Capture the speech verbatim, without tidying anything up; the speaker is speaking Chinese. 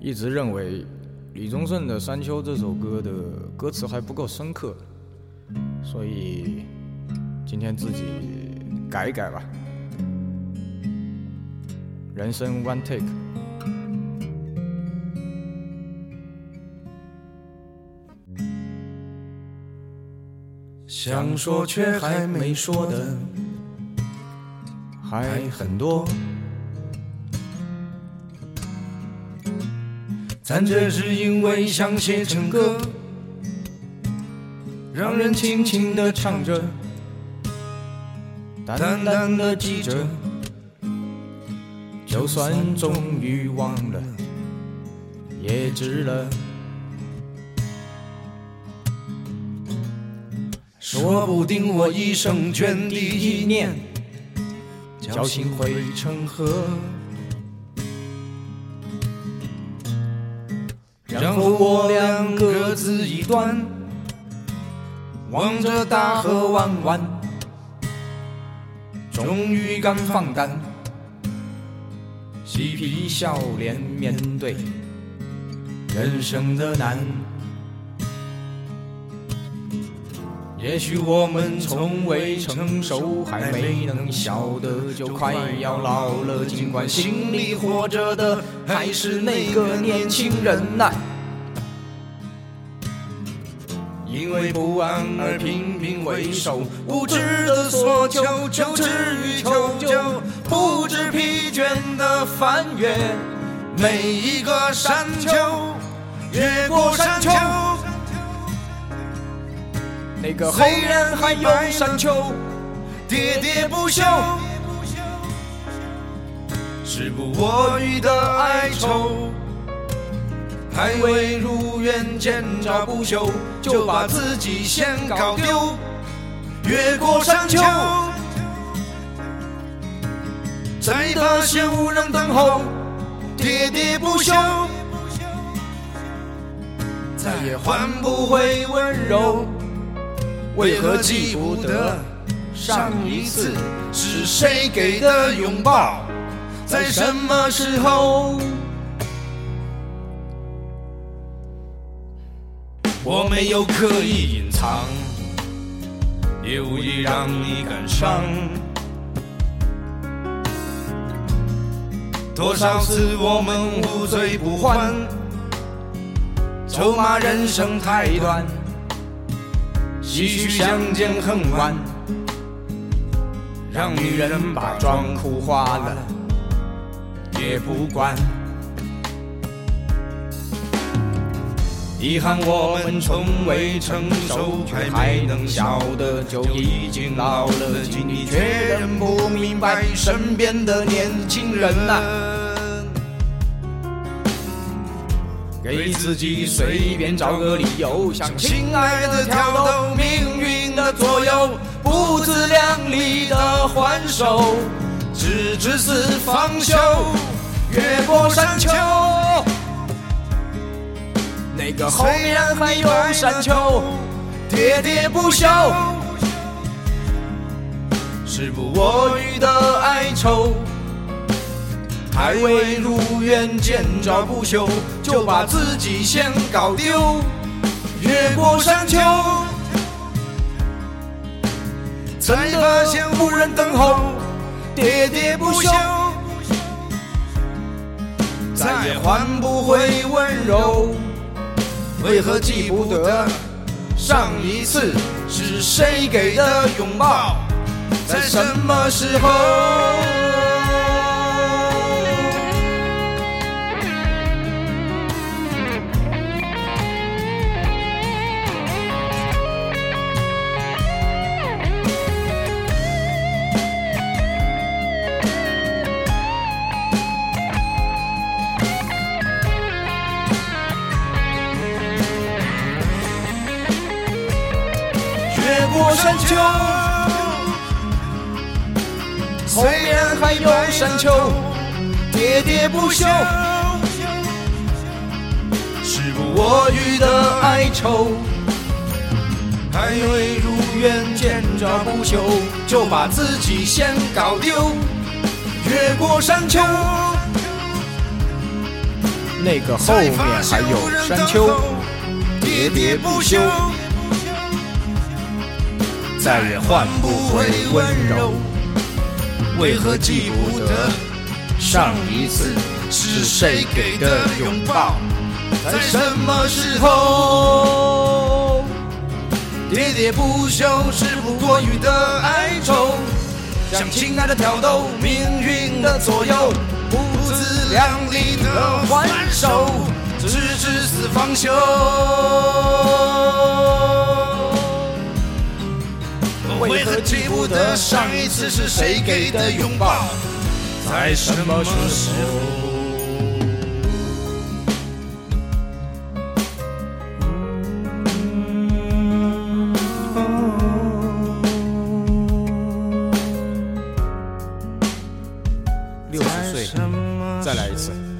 一直认为李宗盛的《山丘》这首歌的歌词还不够深刻，所以今天自己改一改吧。人生 one take。 想说却还没说的还很多，暂且是因为想写成歌，让人轻轻地唱着，淡淡地记着，就算终于忘了也值了。说不定我一生涓滴一念，侥幸汇成河，然后我俩各自一端，望着大河弯弯，终于敢放胆，嬉皮笑脸面对人生的难。也许我们从未成熟，还没能晓得就快要老了，尽管心里活着的还是那个年轻人啊，因为不安而频频回首，无知的所求就至于求救，不知疲倦的翻越每一个山丘，越过山丘， 那个虽然还有山丘， 喋喋不休，时不我予的哀愁，还未如愿见着不朽，就把自己先搞丢，越过山丘，在他县无人等候，喋喋不休，再也换不回温柔，为何记不得上一次是谁给的拥抱，在什么时候？我没有刻意隐藏，也无意让你感伤。多少次我们无醉不欢，咒骂人生太短，唏嘘相见恨晚，让女人把妆哭花了也不管。遗憾我们从未成熟，却还能晓得就已经老了，尽力却仍不明白身边的年轻人啊，给自己随便找个理由，向亲爱的跳动命运的左右，不自量力的还手，直至死方休，越过山丘，那个后面还有山丘，喋喋不休，时不我予的哀愁，还未如愿见着不朽，就把自己先搞丢，越过山丘，在他县无人等候，喋喋不休，再也换不回温柔，为何记不得上一次是谁给的拥抱，在什么时候？越过山丘，后面还有山丘，喋喋不休，时不我予的哀愁，还未如愿见着不朽，就把自己先搞丢，越过山丘， 那个后面还有山丘， 喋喋不休，再也换不回温柔。为何记不得上一次是谁给的拥抱？在什么时候？喋喋不休是不过于的哀愁，向亲爱的挑逗命运的左右，不自量力的还手，只至死方休。为何记不得上一次是谁给的拥抱？在什么时候？ 六十岁，再来一次。